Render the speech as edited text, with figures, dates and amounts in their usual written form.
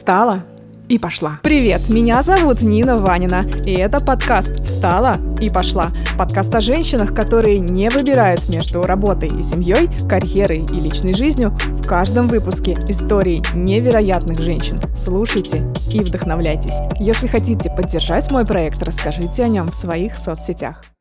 Встала и пошла. Привет, меня зовут Нина Ванина, и это подкаст «Встала и пошла». Подкаст о женщинах, которые не выбирают между работой и семьей, карьерой и личной жизнью. В каждом выпуске истории невероятных женщин. Слушайте и вдохновляйтесь. Если хотите поддержать мой проект, расскажите о нем в своих соцсетях.